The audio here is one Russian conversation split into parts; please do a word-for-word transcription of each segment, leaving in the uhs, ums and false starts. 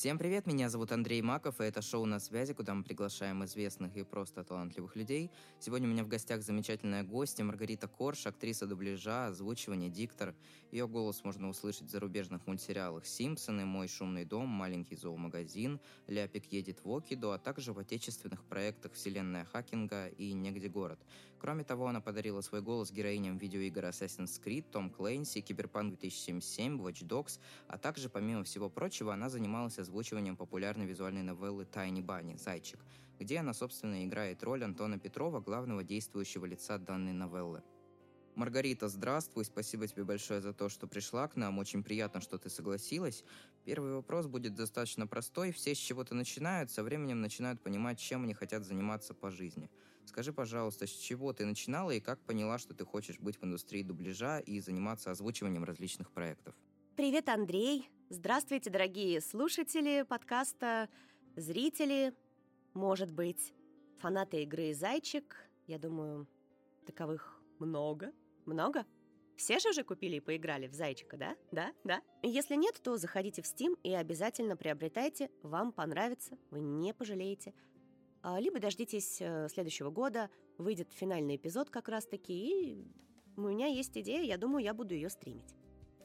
Всем привет, меня зовут Андрей Маков, и это шоу «На связи», куда мы приглашаем известных и просто талантливых людей. Сегодня у меня в гостях замечательная гостья Маргарита Корж, актриса дубляжа, озвучивания, диктор. Ее голос можно услышать в зарубежных мультсериалах «Симпсоны», «Мой шумный дом», «Маленький зоомагазин», «Ляпик едет в Окиду», а также в отечественных проектах «Вселенная Хакинга» и «Негде город». Кроме того, она подарила свой голос героиням видеоигр Assassin's Creed, Том Клэнси, Киберпанк две тысячи семьдесят семь, Watch Dogs, а также, помимо всего прочего, она занималась озвучиванием популярной визуальной новеллы «Тайни Банни» «Зайчик», где она, собственно, играет роль Антона Петрова, главного действующего лица данной новеллы. Маргарита, здравствуй, спасибо тебе большое за то, что пришла к нам, очень приятно, что ты согласилась. Первый вопрос будет достаточно простой, все с чего-то начинают, со временем начинают понимать, чем они хотят заниматься по жизни. Скажи, пожалуйста, с чего ты начинала и как поняла, что ты хочешь быть в индустрии дубляжа и заниматься озвучиванием различных проектов? Привет, Андрей! Здравствуйте, дорогие слушатели подкаста, зрители, может быть, фанаты игры «Зайчик». Я думаю, таковых много. Много? Все же уже купили и поиграли в «Зайчика», да? Да? Да? Если нет, то заходите в Steam и обязательно приобретайте. Вам понравится, вы не пожалеете. Либо дождитесь следующего года, выйдет финальный эпизод как раз-таки, и у меня есть идея, я думаю, я буду ее стримить.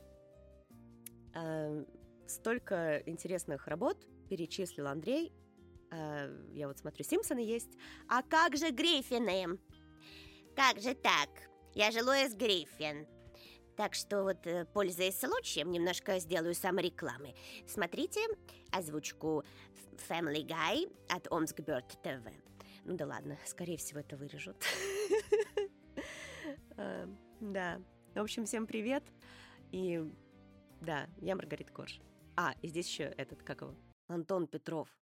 Столько интересных работ перечислил Андрей. Я вот смотрю, «Симпсоны» есть. А как же «Гриффины»? Как же так? Я же Лоис Гриффин. Так что вот, пользуясь случаем, немножко сделаю саморекламы. Смотрите озвучку Family Guy от Омск Бёрд ТВ. Ну да ладно, скорее всего, это вырежут. Да. В общем, всем привет. И да, я Маргарита Корж. А, и здесь еще этот, как его? Антон Петров.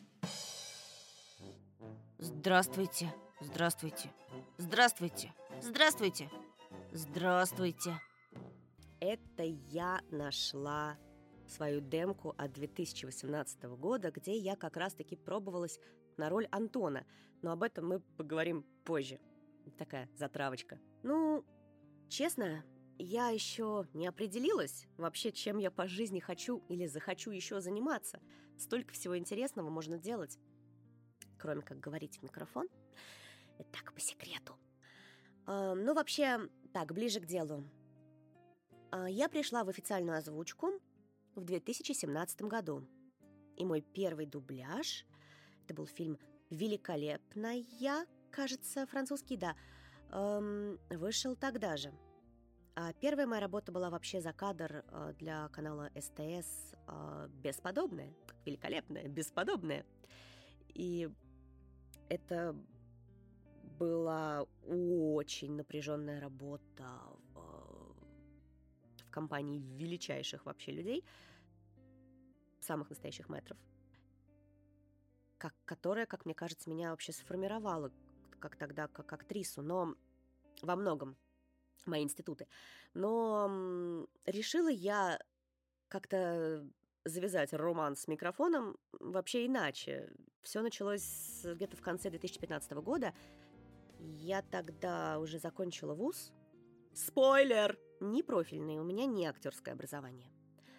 Здравствуйте, здравствуйте, здравствуйте, здравствуйте, здравствуйте. Это я нашла свою демку от две тысячи восемнадцатого года, где я как раз-таки пробовалась на роль Антона. Но об этом мы поговорим позже. Такая затравочка. Ну, честно, я еще не определилась вообще, чем я по жизни хочу или захочу еще заниматься. Столько всего интересного можно делать, кроме как говорить в микрофон. Это так, по секрету. А, ну, вообще, так, ближе к делу. А, я пришла в официальную озвучку в две тысячи семнадцатом году. И мой первый дубляж, это был фильм «Великолепная», кажется, французский, да, эм, вышел тогда же. А первая моя работа была вообще за кадр для канала СТС «Бесподобная», «Великолепная», «Бесподобная». И это была очень напряженная работа в, в компании величайших вообще людей, самых настоящих мэтров, как, которая, как мне кажется, меня вообще сформировала как тогда, как актрису, но во многом мои институты. Но м, решила я как-то завязать роман с микрофоном вообще иначе. Все началось где-то в конце две тысячи пятнадцатого года. Я тогда уже закончила вуз. Спойлер! Не профильный, у меня не актерское образование.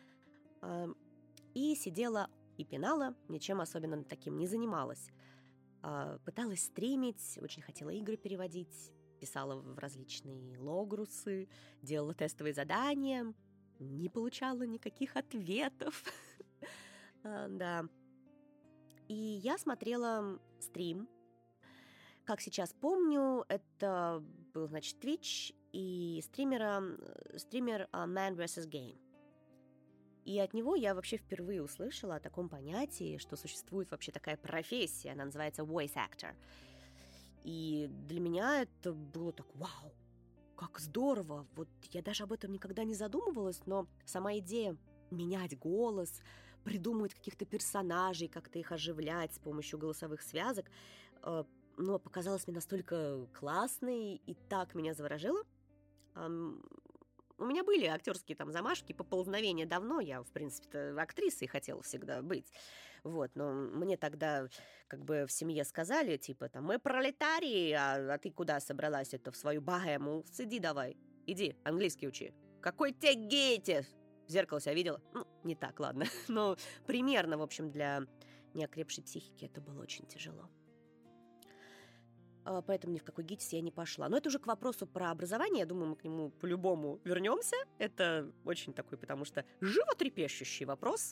И сидела и пинала, ничем особенно таким не занималась. Пыталась стримить, очень хотела игры переводить, писала в различные логрусы, делала тестовые задания, не получала никаких ответов. Да. И я смотрела стрим. Как сейчас помню, это был, значит, Twitch и стримера, стример Man versus Game. И от него я вообще впервые услышала о таком понятии, что существует вообще такая профессия, она называется voice actor. И для меня это было так, вау, как здорово. Вот я даже об этом никогда не задумывалась, но сама идея менять голос, придумывать каких-то персонажей, как-то их оживлять с помощью голосовых связок, э, ну, показалась мне настолько классной и так меня заворожило. Эм, у меня были актерские там замашки, поползновения давно, я, в принципе-то, актрисой хотела всегда быть, вот, но мне тогда как бы в семье сказали, типа, там, мы пролетарии, а, а ты куда собралась это в свою богему? Сиди давай, иди, английский учи. Какой тебе гейтис? в зеркало себя видела. Ну, не так, ладно. Но примерно, в общем, для неокрепшей психики это было очень тяжело. Поэтому ни в какой ГИТИС я не пошла. Но это уже к вопросу про образование. Я думаю, мы к нему по-любому вернемся. Это очень такой, потому что животрепещущий вопрос.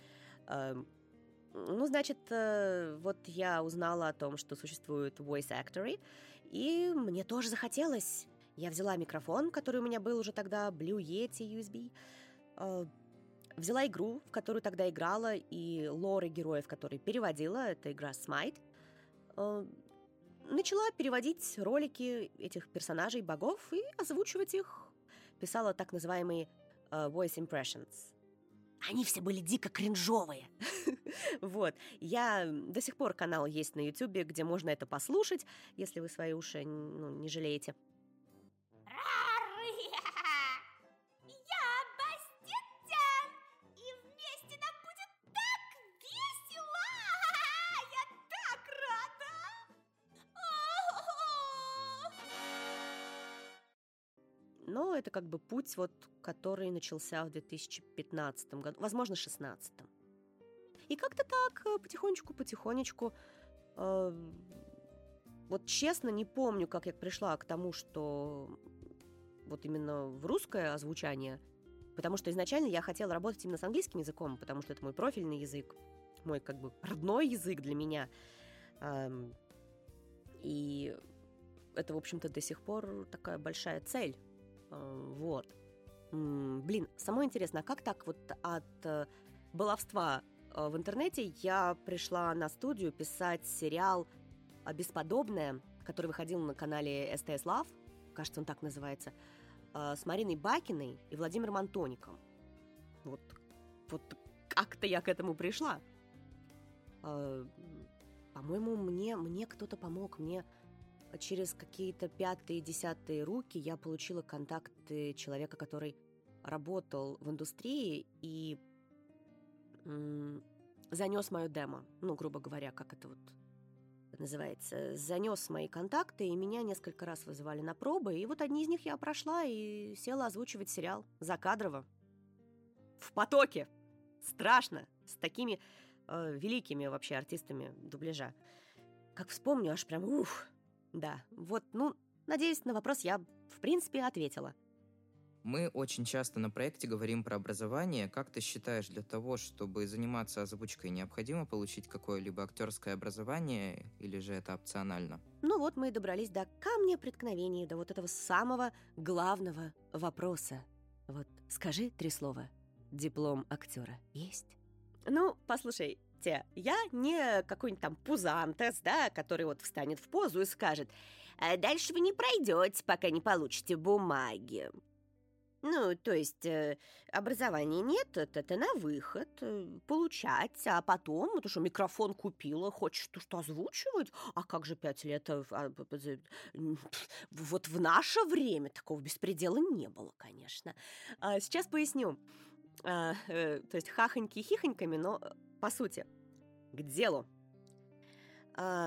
Ну, значит, вот я узнала о том, что существует Voice Actory, и мне тоже захотелось. Я взяла микрофон, который у меня был уже тогда, Blue Yeti ю эс би, взяла игру, в которую тогда играла, и лоры героев, которые переводила, это игра Smite, начала переводить ролики этих персонажей, богов, и озвучивать их. Писала так называемые uh, voice impressions. Они все были дико кринжовые. Вот. Я до сих пор канал есть на Ютубе, где можно это послушать, если вы свои уши, ну, не жалеете. Но это как бы путь, вот, который начался в две тысячи пятнадцатом году, возможно, шестнадцатом. И как-то так, потихонечку-потихонечку. Э, вот честно не помню, как я пришла к тому, что вот именно в русское озвучание, потому что изначально я хотела работать именно с английским языком, потому что это мой профильный язык, мой как бы родной язык для меня. Э, и это, в общем-то, до сих пор такая большая цель. Вот. Блин, самое интересное, а как так вот от э, баловства э, в интернете я пришла на студию писать сериал «Бесподобное», который выходил на канале СТС Лав, кажется, он так называется, э, с Мариной Бакиной и Владимиром Антоником. Вот, вот как-то я к этому пришла. Э, по-моему, мне, мне кто-то помог, мне... Через какие-то пятые, десятые руки я получила контакты человека, который работал в индустрии и м- занес мое демо. Ну, грубо говоря, как это вот называется. Занес мои контакты, и меня несколько раз вызывали на пробы. И вот одни из них я прошла и села озвучивать сериал закадрово. В потоке. Страшно. С такими э, великими вообще артистами дубляжа. Как вспомню, аж прям ух. Да, вот, ну, надеюсь, на вопрос я, в принципе, ответила. Мы очень часто на проекте говорим про образование. Как ты считаешь, для того, чтобы заниматься озвучкой, необходимо получить какое-либо актерское образование, или же это опционально? Ну вот мы и добрались до камня преткновения, до вот этого самого главного вопроса. Вот скажи три слова. Диплом актера есть? Ну, послушай, я не какой-нибудь там пузантес, да, который вот встанет в позу и скажет: а дальше вы не пройдете, пока не получите бумаги. Ну, то есть э, образования нет, это, это на выход, э, получать, а потом, ну, ты что, микрофон купила, хочешь то что озвучивать? А как же пять лет? А, а, вот в наше время такого беспредела не было, конечно. А, сейчас поясню. А, э, то есть хахоньки хихоньками, но... По сути, к делу. А,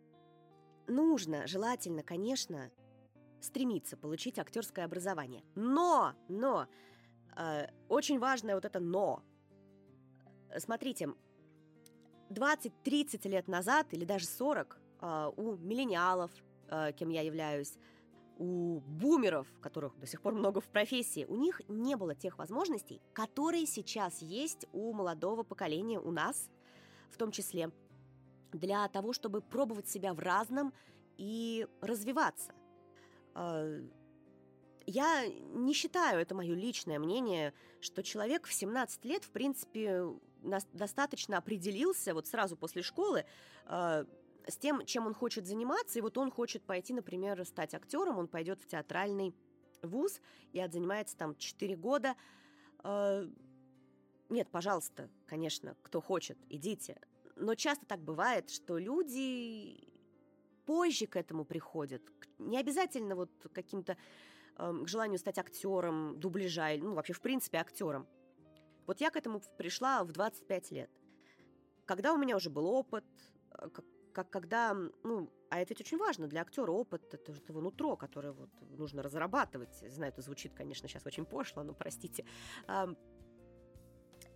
нужно, желательно, конечно, стремиться получить актерское образование. Но, но, а, очень важное вот это «но». Смотрите, двадцать-тридцать лет назад, или даже сорок, а, у миллениалов, а, кем я являюсь, у бумеров, которых до сих пор много в профессии, у них не было тех возможностей, которые сейчас есть у молодого поколения, у нас, в том числе, для того, чтобы пробовать себя в разном и развиваться. Я не считаю, это мое личное мнение, что человек в семнадцать лет, в принципе, достаточно определился вот сразу после школы с тем, чем он хочет заниматься, и вот он хочет пойти, например, стать актером, он пойдет в театральный вуз и отзанимается там четыре года. Нет, пожалуйста, конечно, кто хочет, идите. Но часто так бывает, что люди позже к этому приходят. Не обязательно вот каким-то э, к желанию стать актером, дубляжа, ну, вообще, в принципе, актером. Вот я к этому пришла в двадцать пять лет. Когда у меня уже был опыт, как, как когда, ну, а это ведь очень важно для актера, опыт, это же его нутро, которое вот нужно разрабатывать. Знаю, это звучит, конечно, сейчас очень пошло, но простите.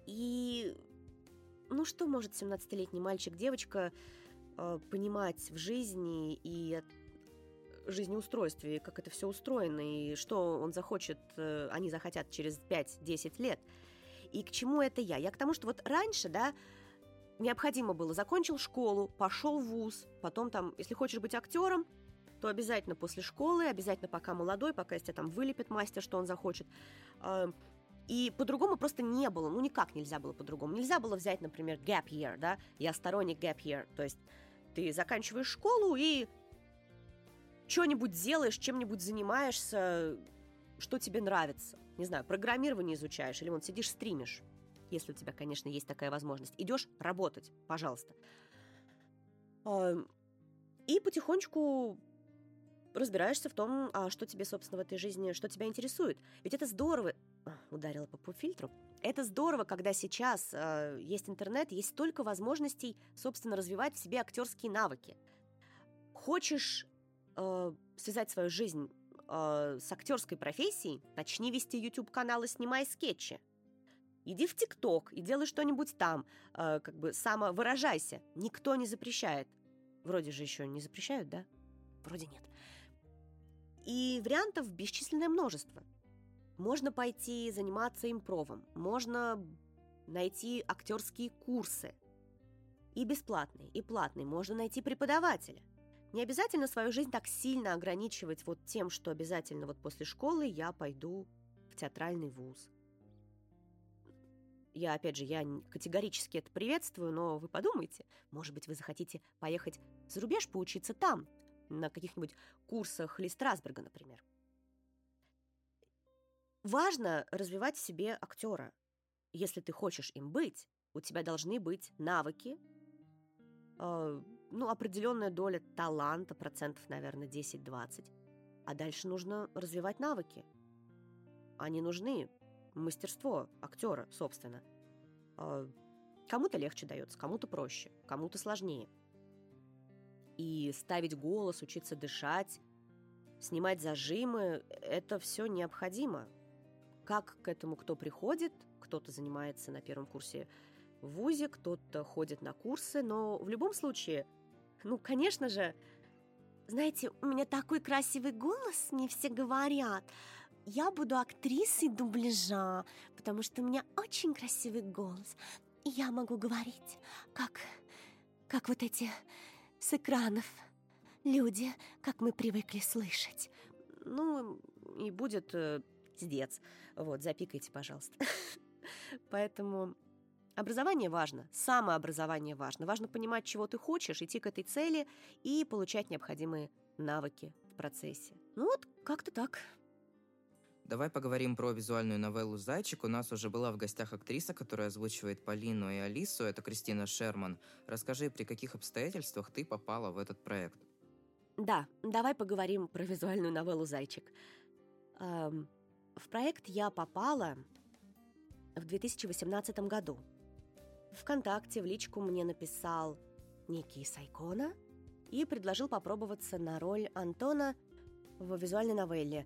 И, ну что может семнадцатилетний мальчик, девочка э, понимать в жизни и жизнеустройстве, как это все устроено, и что он захочет, э, они захотят через пять-десять лет. И к чему это я? Я к тому, что вот раньше, да, необходимо было, закончил школу, пошел в вуз, потом там, если хочешь быть актером, то обязательно после школы, обязательно пока молодой, пока из тебя там вылепит мастер, что он захочет. И по-другому просто не было, ну никак нельзя было по-другому. Нельзя было взять, например, gap year, да, я сторонник gap year, то есть ты заканчиваешь школу и что-нибудь делаешь, чем-нибудь занимаешься, что тебе нравится. Не знаю, программирование изучаешь, или вон сидишь, стримишь, если у тебя, конечно, есть такая возможность. Идешь работать, пожалуйста. И потихонечку разбираешься в том, а что тебе, собственно, в этой жизни, что тебя интересует. Ведь это здорово... Ударила по поп-фильтру. Это здорово, когда сейчас э, есть интернет, есть столько возможностей, собственно, развивать в себе актерские навыки. Хочешь э, связать свою жизнь э, с актерской профессией, начни вести YouTube-канал и снимай скетчи. Иди в ТикТок и делай что-нибудь там, э, как бы самовыражайся. Никто не запрещает. Вроде же еще не запрещают, да? Вроде нет. И вариантов бесчисленное множество. Можно пойти заниматься импровом, можно найти актерские курсы. И бесплатные, и платные. Можно найти преподавателя. Не обязательно свою жизнь так сильно ограничивать вот тем, что обязательно вот после школы я пойду в театральный вуз. Я, опять же, я категорически это приветствую, но вы подумайте, может быть, вы захотите поехать за рубеж, поучиться там, на каких-нибудь курсах Ли Страсберга, например. Важно развивать в себе актера. Если ты хочешь им быть, у тебя должны быть навыки, э, ну, определенная доля таланта, процентов, наверное, десять-двадцать. А дальше нужно развивать навыки. Они нужны. Мастерство актера, собственно. Э, кому-то легче дается, кому-то проще, кому-то сложнее. И ставить голос, учиться дышать, снимать зажимы – это все необходимо. Как к этому кто приходит? Кто-то занимается на первом курсе в вузе, кто-то ходит на курсы, но в любом случае, ну, конечно же, знаете, у меня такой красивый голос, мне все говорят, я буду актрисой дубляжа, потому что у меня очень красивый голос, и я могу говорить, как, как вот эти с экранов люди, как мы привыкли слышать. Ну, и будет... Сдец. Вот, запикайте, пожалуйста. Поэтому образование важно, самообразование важно. Важно понимать, чего ты хочешь, идти к этой цели и получать необходимые навыки в процессе. Ну вот, как-то так. Давай поговорим про визуальную новеллу «Зайчик». У нас уже была в гостях актриса, которая озвучивает Полину и Алису. Это Кристина Шерман. Расскажи, при каких обстоятельствах ты попала в этот проект? Да, давай поговорим про визуальную новеллу «Зайчик». Эм... В проект я попала в две тысячи восемнадцатом году. ВКонтакте в личку мне написал некий Сайкона и предложил попробоваться на роль Антона в визуальной новелле.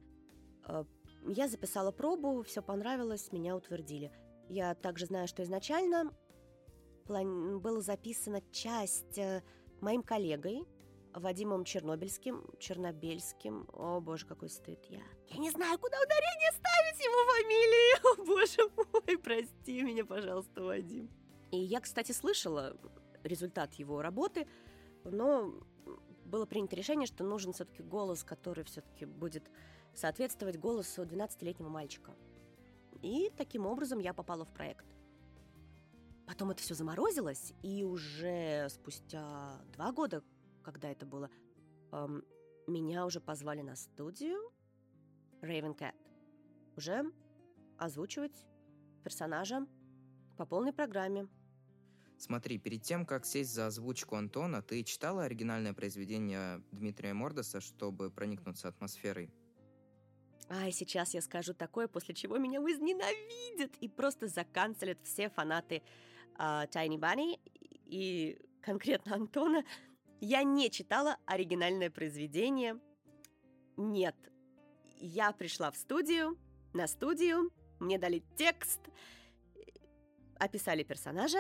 Я записала пробу, все понравилось, меня утвердили. Я также знаю, что изначально план... была записана часть моим коллегой Вадимом Чернобыльским, Чернобельским. О, боже, какой стыд я. Я не знаю, куда ударение ставить его фамилию. О, боже мой, прости меня, пожалуйста, Вадим. И я, кстати, слышала результат его работы, но было принято решение, что нужен все-таки голос, который все-таки будет соответствовать голосу двенадцатилетнего мальчика. И таким образом я попала в проект. Потом это все заморозилось, и уже спустя два года, когда это было, эм, меня уже позвали на студию Raven Cat. Уже озвучивать персонажа по полной программе. Смотри, перед тем, как сесть за озвучку Антона, ты читала оригинальное произведение Дмитрия Мордаса, чтобы проникнуться атмосферой? А, и сейчас я скажу такое, после чего меня возненавидят и просто заканцелят все фанаты uh, Tiny Bunny и конкретно Антона. Я не читала оригинальное произведение. Нет. Я пришла в студию, на студию, мне дали текст. описали персонажа,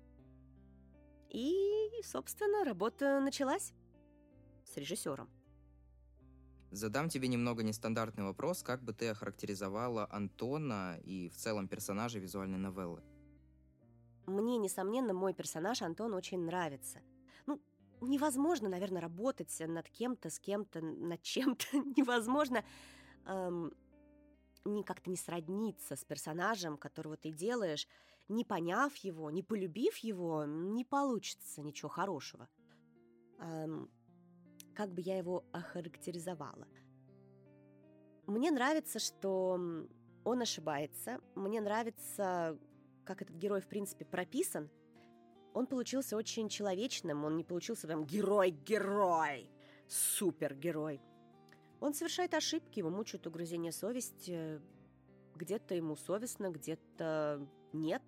и, собственно, работа началась с режиссером. Задам тебе немного нестандартный вопрос. Как бы ты охарактеризовала Антона и в целом персонажа визуальной новеллы? Мне, несомненно, мой персонаж Антон очень нравится. Ну, невозможно, наверное, работать над кем-то, с кем-то, над чем-то. Невозможно эм, ни как-то не сродниться с персонажем, которого ты делаешь. Не поняв его, не полюбив его, не получится ничего хорошего. Эм, как бы я его охарактеризовала? Мне нравится, что он ошибается. Мне нравится, как этот герой, в принципе, прописан. Он получился очень человечным. Он не получился прям герой-герой, супергерой. Он совершает ошибки, его мучают угрызения совести. Где-то ему совестно, где-то нет.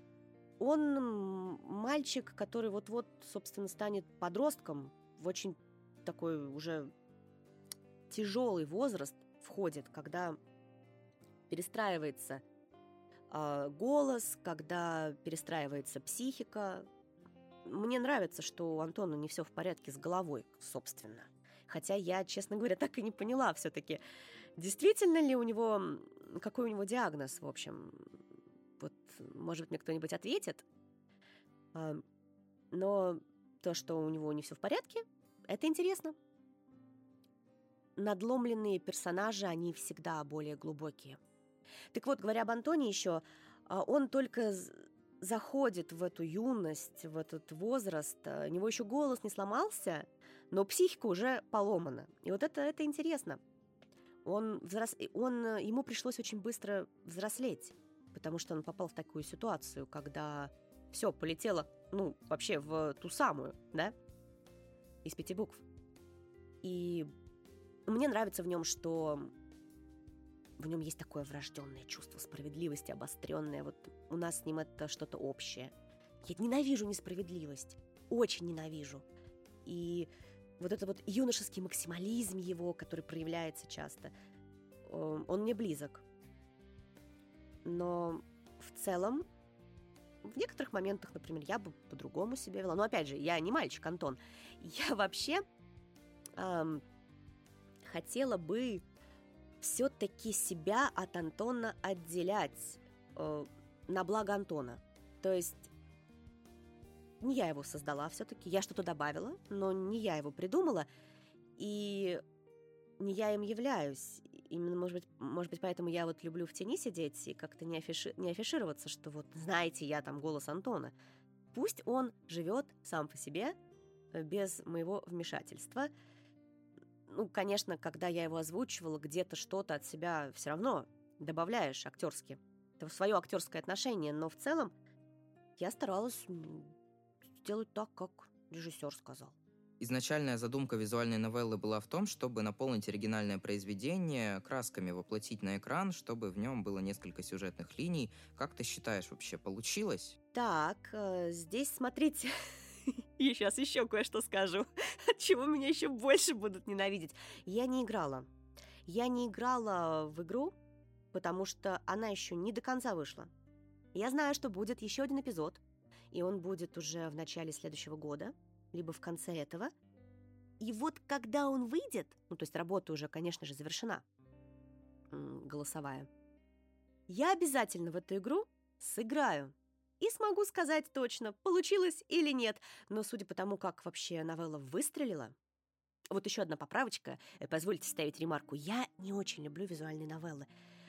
Он мальчик, который вот-вот, собственно, станет подростком, в очень такой уже тяжелый возраст входит, когда перестраивается э, голос, когда перестраивается психика. Мне нравится, что у Антона не все в порядке с головой, собственно. Хотя я, честно говоря, так и не поняла все-таки, действительно ли у него, какой у него диагноз, в общем. Вот, может быть, мне кто-нибудь ответит. Э, но то, что у него не все в порядке, это интересно. Надломленные персонажи, они всегда более глубокие. Так вот, говоря об Антоне еще, он только заходит в эту юность, в этот возраст, у него еще голос не сломался, но психика уже поломана. И вот это, это интересно. Он взрос... он... Ему пришлось очень быстро взрослеть, потому что он попал в такую ситуацию, когда все полетело, ну, вообще в ту самую, да, из пяти букв. И мне нравится в нем, что в нем есть такое врожденное чувство справедливости, обостренное. Вот у нас с ним это что-то общее. Я ненавижу несправедливость, очень ненавижу. И вот это вот юношеский максимализм его, который проявляется часто, он мне близок. Но в целом, в некоторых моментах, например, я бы по-другому себя вела. Но опять же, я не мальчик, Антон. Я вообще эм, хотела бы все-таки себя от Антона отделять э, на благо Антона. То есть не я его создала все-таки, я что-то добавила, но не я его придумала, и не я им являюсь. Именно, может быть, может быть, поэтому я вот люблю в тени сидеть и как-то не, афиши, не афишироваться, что вот, знаете, я там голос Антона. Пусть он живет сам по себе, без моего вмешательства. Ну, конечно, когда я его озвучивала, где-то что-то от себя все равно добавляешь актерски. Это свое актерское отношение, но в целом я старалась сделать так, как режиссер сказал. Изначальная задумка визуальной новеллы была в том, чтобы наполнить оригинальное произведение красками, воплотить на экран, чтобы в нем было несколько сюжетных линий. Как ты считаешь, вообще получилось? Так, э, здесь смотрите, и сейчас еще кое-что скажу, от чего меня еще больше будут ненавидеть. Я не играла. Я не играла в игру, потому что она еще не до конца вышла. Я знаю, что будет еще один эпизод, и он будет уже в начале следующего года, либо в конце этого. И вот когда он выйдет, ну, то есть работа уже, конечно же, завершена, голосовая, я обязательно в эту игру сыграю. И смогу сказать точно, получилось или нет. Но судя по тому, как вообще новелла выстрелила... Вот еще одна поправочка. Позвольте ставить ремарку. Я не очень люблю визуальные новеллы.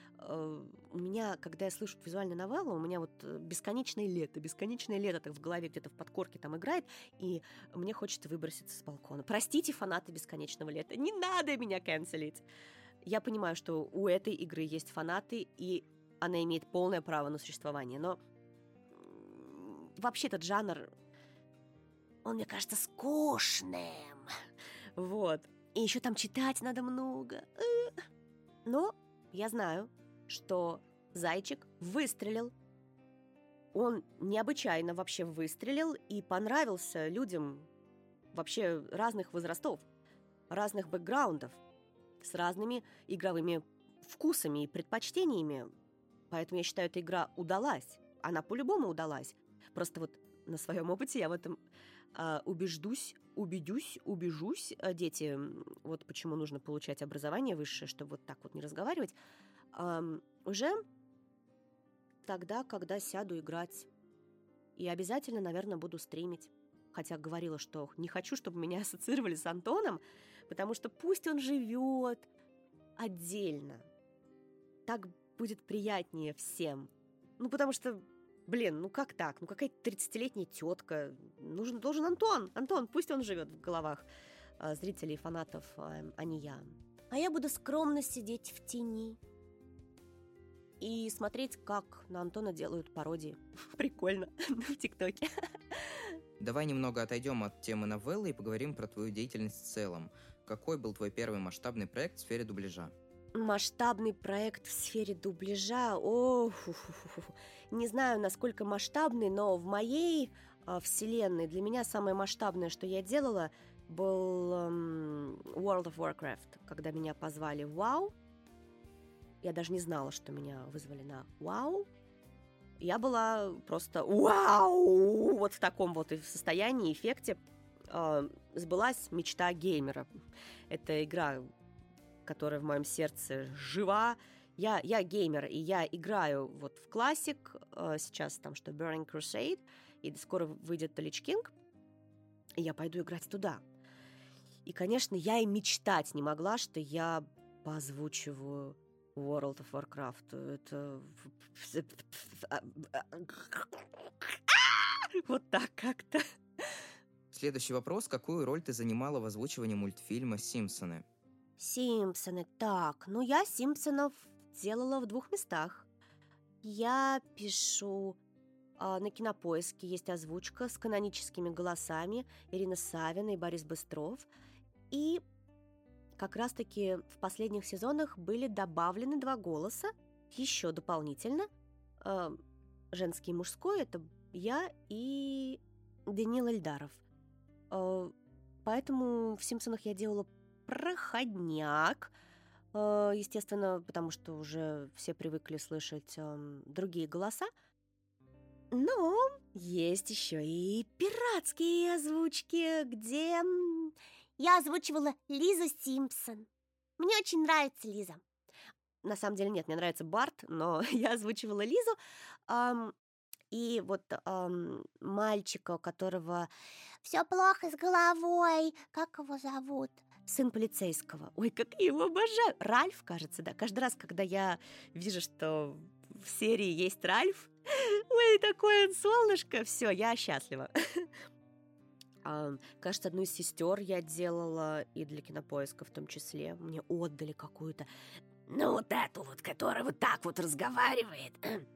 У меня, когда я слышу визуальную новеллу, у меня вот бесконечное лето, бесконечное лето так в голове где-то в подкорке там играет, и мне хочется выброситься с балкона. Простите, фанаты бесконечного лета, не надо меня канцелить. Я понимаю, что у этой игры есть фанаты, и она имеет полное право на существование, но вообще этот жанр, он, мне кажется, скучным. Вот. И еще там читать надо много. Но я знаю, что «Зайчик» выстрелил. Он необычайно вообще выстрелил и понравился людям вообще разных возрастов, разных бэкграундов, с разными игровыми вкусами и предпочтениями. Поэтому я считаю, эта игра удалась. она по-любому удалась. Просто вот на своем опыте я в этом а, убеждусь, убедюсь, убежусь. А, дети, вот почему нужно получать образование высшее, чтобы вот так вот не разговаривать, а, уже тогда, когда сяду играть. И обязательно, наверное, буду стримить. Хотя говорила, что не хочу, чтобы меня ассоциировали с Антоном, потому что пусть он живет отдельно. Так будет приятнее всем. Ну, потому что, блин, ну как так? Ну, какая-то тридцатилетняя тетка. Нужен, должен Антон. Антон, пусть он живет в головах а, зрителей и фанатов, а, а не я. А я буду скромно сидеть в тени и смотреть, как на Антона делают пародии. Прикольно. В ТикТоке. Давай немного отойдем от темы новеллы и поговорим про твою деятельность в целом. Какой был твой первый масштабный проект в сфере дубляжа? Масштабный проект в сфере дубляжа? О, фу-фу-фу-фу. Не знаю, насколько масштабный, но в моей а, вселенной для меня самое масштабное, что я делала, был эм, World of Warcraft, когда меня позвали в WoW. Я даже не знала, что меня вызвали на WoW. Я была просто вау! Вот в таком вот состоянии, эффекте. Э, сбылась мечта геймера. Это игра, которая в моем сердце жива. Я, я геймер, и я играю вот в классик. Э, сейчас там что, Burning Crusade, и скоро выйдет Lich King, и я пойду играть туда. И, конечно, я и мечтать не могла, что я поозвучиваю World of Warcraft. Это... Вот так как-то. Следующий вопрос. Какую роль ты занимала в озвучивании мультфильма «Симпсоны»? Симпсоны. Так, ну я Симпсонов делала в двух местах. Я пишу а, на Кинопоиске, есть озвучка с каноническими голосами Ирина Савина и Борис Быстров. И как раз-таки в последних сезонах были добавлены два голоса, еще дополнительно. Э, женский и мужской, это я и Даниил Эльдаров. Э, поэтому в «Симпсонах» я делала проходняк. Э, естественно, потому что уже все привыкли слышать э, другие голоса. Но есть еще и пиратские озвучки, где... Я озвучивала Лизу Симпсон. Мне очень нравится Лиза. На самом деле нет, мне нравится Барт, но я озвучивала Лизу. Ам, и вот ам, мальчика, у которого Все плохо с головой. Как его зовут? сын полицейского. Ой, как я его обожаю. Ральф, кажется, да. Каждый раз, когда я вижу, что в серии есть Ральф, ой, такое он солнышко, все, я счастлива. А, кажется, одну из сестер я делала и для Кинопоиска в том числе. Мне отдали какую-то, Ну, вот эту вот, которая вот так вот разговаривает.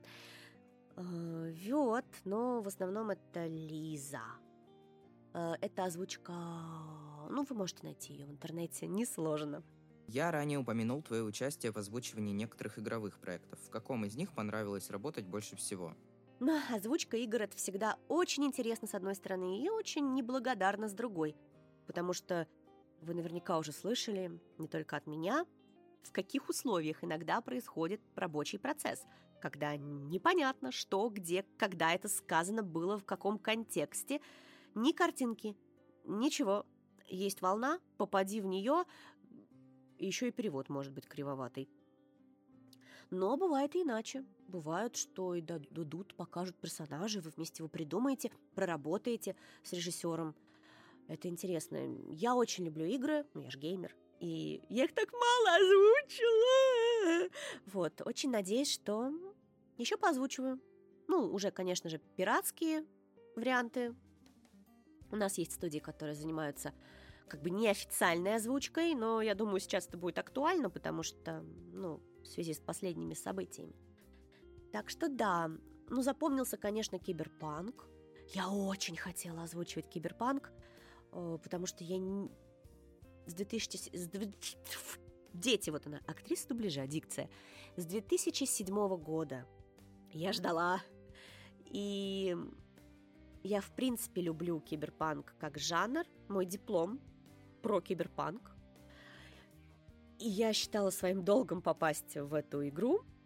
э, вет, но в основном это Лиза. Э, это озвучка... Ну, вы можете найти ее в интернете, несложно. Я ранее упомянул твое участие в озвучивании некоторых игровых проектов. В каком из них понравилось работать больше всего? Но озвучка игр — это всегда очень интересно с одной стороны и очень неблагодарно с другой. Потому что вы наверняка уже слышали, не только от меня, в каких условиях иногда происходит рабочий процесс, когда непонятно, что, где, когда это сказано было, в каком контексте. Ни картинки, ничего. Есть волна, попади в нее, еще и перевод может быть кривоватый. Но бывает и иначе. Бывает, что и дадут, покажут персонажей, вы вместе его придумаете, проработаете с режиссером. Это интересно. Я очень люблю игры, ну я же геймер, и я их так мало озвучила. Вот, очень надеюсь, что еще поозвучиваю. Ну, уже, конечно же, пиратские варианты. У нас есть студии, которые занимаются как бы неофициальной озвучкой, но я думаю, сейчас это будет актуально, потому что, ну, в связи с последними событиями. Так что да, ну, запомнился, конечно, Киберпанк. Я очень хотела озвучивать Киберпанк, потому что я не... с две тысячи... с... Дети, вот она, актриса дубляжа, дикция. С две тысячи седьмого года я ждала. И я, в принципе, люблю киберпанк как жанр. Мой диплом про киберпанк. И я считала своим долгом попасть в эту игру,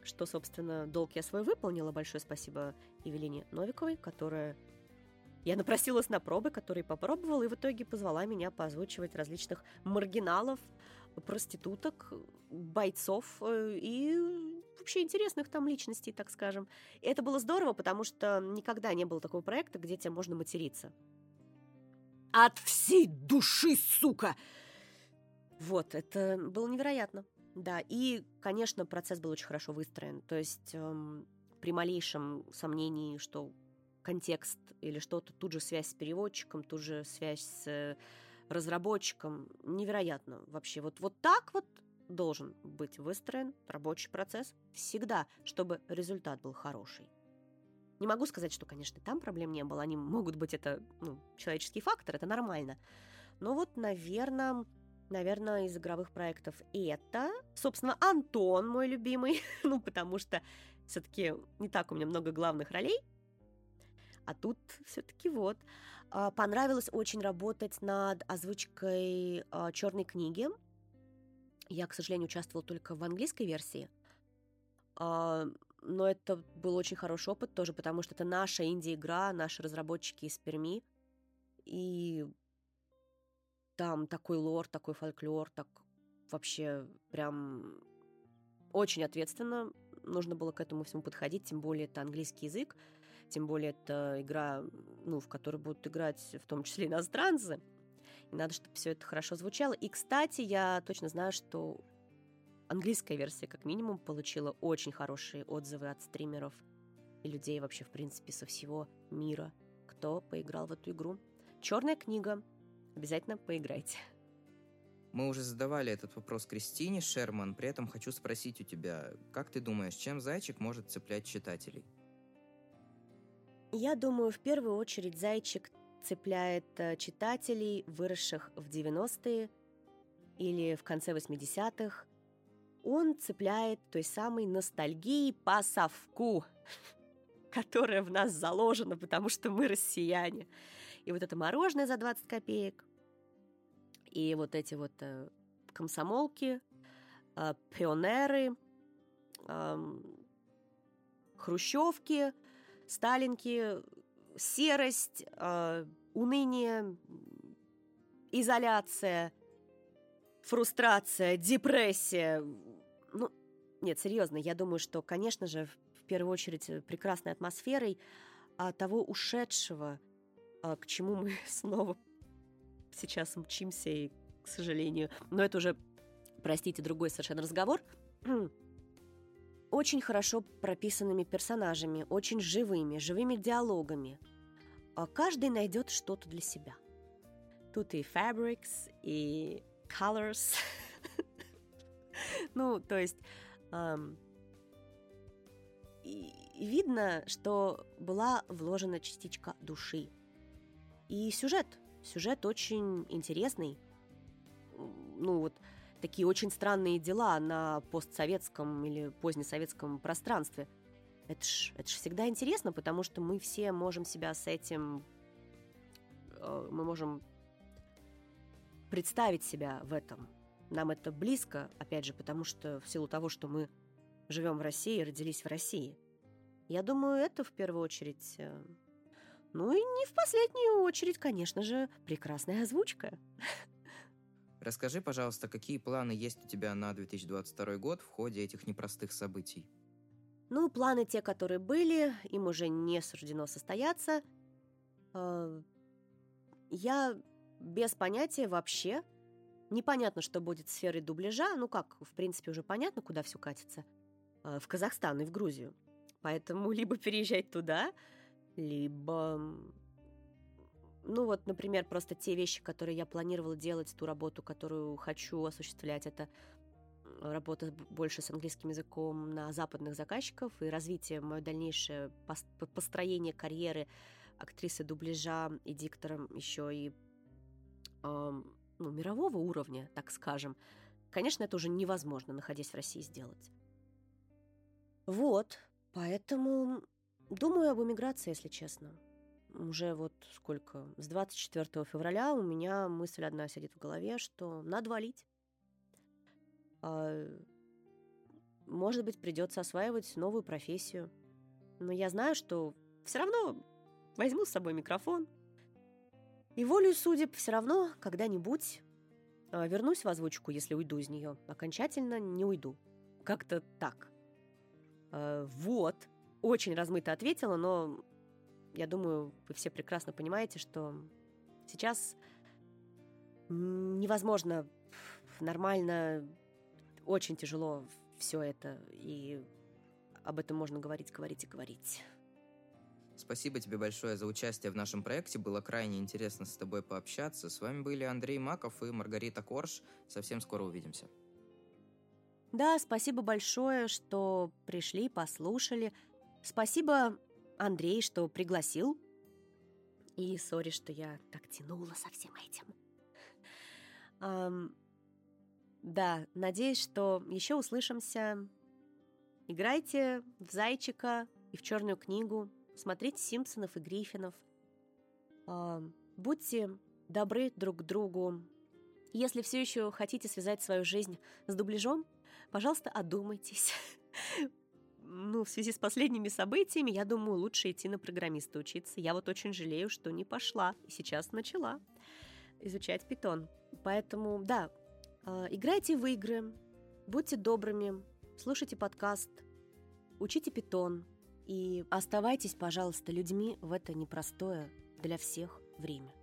что, собственно, долг я свой выполнила. Большое спасибо Евелине Новиковой, которая... Я напросилась на пробы, которые попробовала, и в итоге позвала меня поозвучивать различных маргиналов, проституток, бойцов и вообще интересных там личностей, так скажем. И это было здорово, потому что никогда не было такого проекта, где тебе можно материться. От всей души, сука! Вот, это было невероятно. Да, и, конечно, процесс был очень хорошо выстроен. То есть эм, при малейшем сомнении, что контекст или что-то, тут же связь с переводчиком, тут же связь с э, разработчиком, невероятно вообще. Вот, вот так вот должен быть выстроен рабочий процесс всегда, чтобы результат был хороший. Не могу сказать, что, конечно, там проблем не было. Они могут быть, это ну, человеческий фактор, это нормально. Но вот, наверное, наверное, из игровых проектов это, собственно, Антон, мой любимый. Ну, потому что все-таки не так у меня много главных ролей. А тут все-таки вот. Понравилось очень работать над озвучкой «Черной книги». Я, к сожалению, участвовала только в английской версии. Но это был очень хороший опыт тоже, потому что это наша инди-игра, наши разработчики из Перми. И там такой лор, такой фольклор, так вообще прям очень ответственно нужно было к этому всему подходить, тем более это английский язык, тем более это игра, ну, в которой будут играть в том числе иностранцы. И надо, чтобы все это хорошо звучало. И, кстати, я точно знаю, что английская версия, как минимум, получила очень хорошие отзывы от стримеров и людей вообще, в принципе, со всего мира, кто поиграл в эту игру. «Черная книга». Обязательно поиграйте. Мы уже задавали этот вопрос Кристине Шерман, при этом хочу спросить у тебя, как ты думаешь, чем «Зайчик» может цеплять читателей? Я думаю, в первую очередь «Зайчик» цепляет читателей, выросших в девяностые или в конце восьмидесятых. Он цепляет той самой ностальгией по совку, которая в нас заложена, потому что мы россияне. И вот это мороженое за двадцать копеек, и вот эти вот э, комсомолки, э, пионеры, э, хрущевки, сталинки, серость, э, уныние, изоляция, фрустрация, депрессия. Ну, нет, серьезно, я думаю, что, конечно же, в первую очередь прекрасной атмосферой а того ушедшего, а, к чему мы снова сейчас мчимся, и, к сожалению, но это уже, простите, другой совершенно разговор, очень хорошо прописанными персонажами, очень живыми, живыми диалогами. А каждый найдет что-то для себя. Тут и fabrics, и colors. Ну, то есть видно, что была вложена частичка души. И сюжет. Сюжет очень интересный. Ну, вот такие очень странные дела на постсоветском или позднесоветском пространстве. Это ж, это ж всегда интересно, потому что мы все можем себя с этим... Мы можем представить себя в этом. Нам это близко, опять же, потому что в силу того, что мы живем в России, родились в России. Я думаю, это в первую очередь... Ну и не в последнюю очередь, конечно же, прекрасная озвучка. Расскажи, пожалуйста, какие планы есть у тебя на две тысячи двадцать второй год в ходе этих непростых событий? Ну, планы те, которые были, им уже не суждено состояться. Я без понятия вообще. Непонятно, что будет с сферой дубляжа. Ну как, в принципе, уже понятно, куда все катится. В Казахстан и в Грузию. Поэтому либо переезжать туда, либо... Ну вот, например, просто те вещи, которые я планировала делать, ту работу, которую хочу осуществлять, это работа больше с английским языком на западных заказчиков и развитие, мое дальнейшее построение карьеры актрисы дубляжа и диктором еще и э, ну, мирового уровня, так скажем. Конечно, это уже невозможно, находясь в России, сделать. Вот, поэтому думаю об эмиграции, если честно. Уже вот сколько, с двадцать четвёртого февраля у меня мысль одна сидит в голове, что надо валить. А, может быть, придется осваивать новую профессию. Но я знаю, что все равно возьму с собой микрофон. И волею судеб все равно когда-нибудь э, вернусь в озвучку, если уйду из нее. Окончательно не уйду. Как-то так. Э, вот. Очень размыто ответила, но я думаю, вы все прекрасно понимаете, что сейчас невозможно нормально, очень тяжело все это, и об этом можно говорить, говорить и говорить. Спасибо тебе большое за участие в нашем проекте. Было крайне интересно с тобой пообщаться. С вами были Андрей Маков и Маргарита Корж. Совсем скоро увидимся. Да, спасибо большое, что пришли, послушали. Спасибо, Андрей, что пригласил. И сори, что я так тянула со всем этим. Ам, да, надеюсь, что еще услышимся. Играйте в Зайчика и в Черную книгу. Смотрите Симпсонов и Гриффинов. Ам, будьте добры друг к другу. Если все еще хотите связать свою жизнь с дубляжом, пожалуйста, одумайтесь. Ну, в связи с последними событиями, я думаю, лучше идти на программиста учиться. Я вот очень жалею, что не пошла. И сейчас начала изучать питон. Поэтому, да, играйте в игры, будьте добрыми, слушайте подкаст, учите питон. И оставайтесь, пожалуйста, людьми в это непростое для всех время.